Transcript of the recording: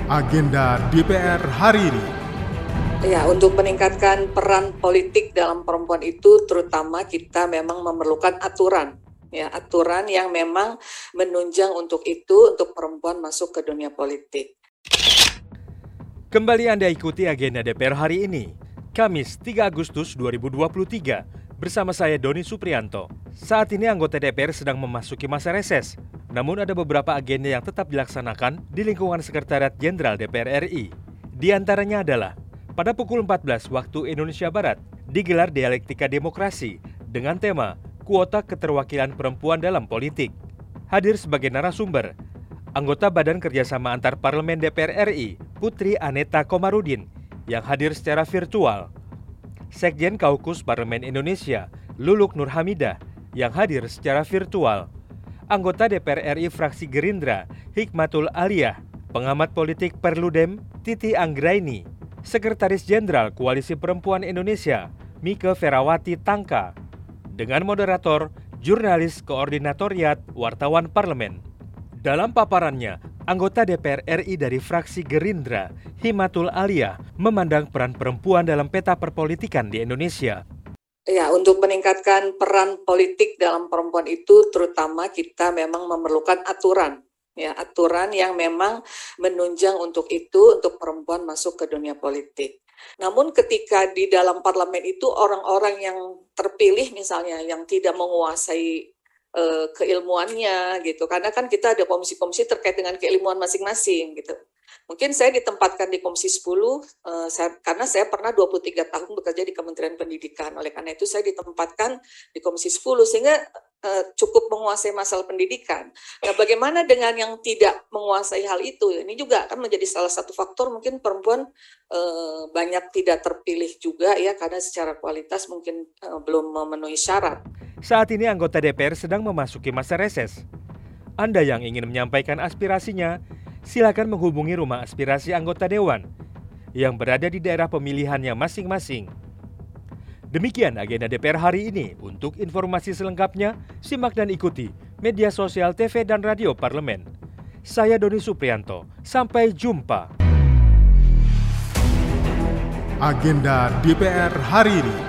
Agenda DPR hari ini. Ya, untuk meningkatkan peran politik dalam perempuan itu terutama kita memang memerlukan aturan. Ya, aturan yang memang menunjang untuk itu, untuk perempuan masuk ke dunia politik. Kembali Anda ikuti agenda DPR hari ini, Kamis 3 Agustus 2023, bersama saya Doni Suprianto. Saat ini anggota DPR sedang memasuki masa reses, namun ada beberapa agenda yang tetap dilaksanakan di lingkungan Sekretariat Jenderal DPR RI. Di antaranya adalah, pada pukul 14 waktu Indonesia Barat, digelar dialektika demokrasi dengan tema kuota keterwakilan perempuan dalam politik. Hadir sebagai narasumber, anggota Badan Kerjasama Antar Parlemen DPR RI, Putri Aneta Komarudin, yang hadir secara virtual. Sekjen Kaukus Parlemen Indonesia, Luluk Nur Hamidah, yang hadir secara virtual. Anggota DPR RI fraksi Gerindra, Hikmatul Aliyah, pengamat politik Perludem, Titi Anggraini, Sekretaris Jenderal Koalisi Perempuan Indonesia, Mike Ferawati Tangka, dengan moderator, jurnalis koordinatoriat wartawan parlemen. Dalam paparannya, anggota DPR RI dari fraksi Gerindra, Hikmatul Aliyah, memandang peran perempuan dalam peta perpolitikan di Indonesia. Ya, untuk meningkatkan peran politik dalam perempuan itu terutama kita memang memerlukan aturan. Ya, aturan yang memang menunjang untuk itu, untuk perempuan masuk ke dunia politik. Namun ketika di dalam parlemen itu orang-orang yang terpilih misalnya yang tidak menguasai keilmuannya gitu, karena kan kita ada komisi-komisi terkait dengan keilmuan masing-masing gitu. Mungkin saya ditempatkan di Komisi 10 karena saya pernah 23 tahun bekerja di Kementerian Pendidikan. Oleh karena itu saya ditempatkan di Komisi 10 sehingga cukup menguasai masalah pendidikan. Nah, bagaimana dengan yang tidak menguasai hal itu? Ini juga akan menjadi salah satu faktor mungkin perempuan banyak tidak terpilih juga ya karena secara kualitas mungkin belum memenuhi syarat. Saat ini anggota DPR sedang memasuki masa reses. Anda yang ingin menyampaikan aspirasinya, silakan menghubungi rumah aspirasi anggota Dewan yang berada di daerah pemilihannya masing-masing. Demikian agenda DPR hari ini. Untuk informasi selengkapnya, simak dan ikuti media sosial TV dan radio parlemen. Saya Doni Suprianto, sampai jumpa. Agenda DPR hari ini.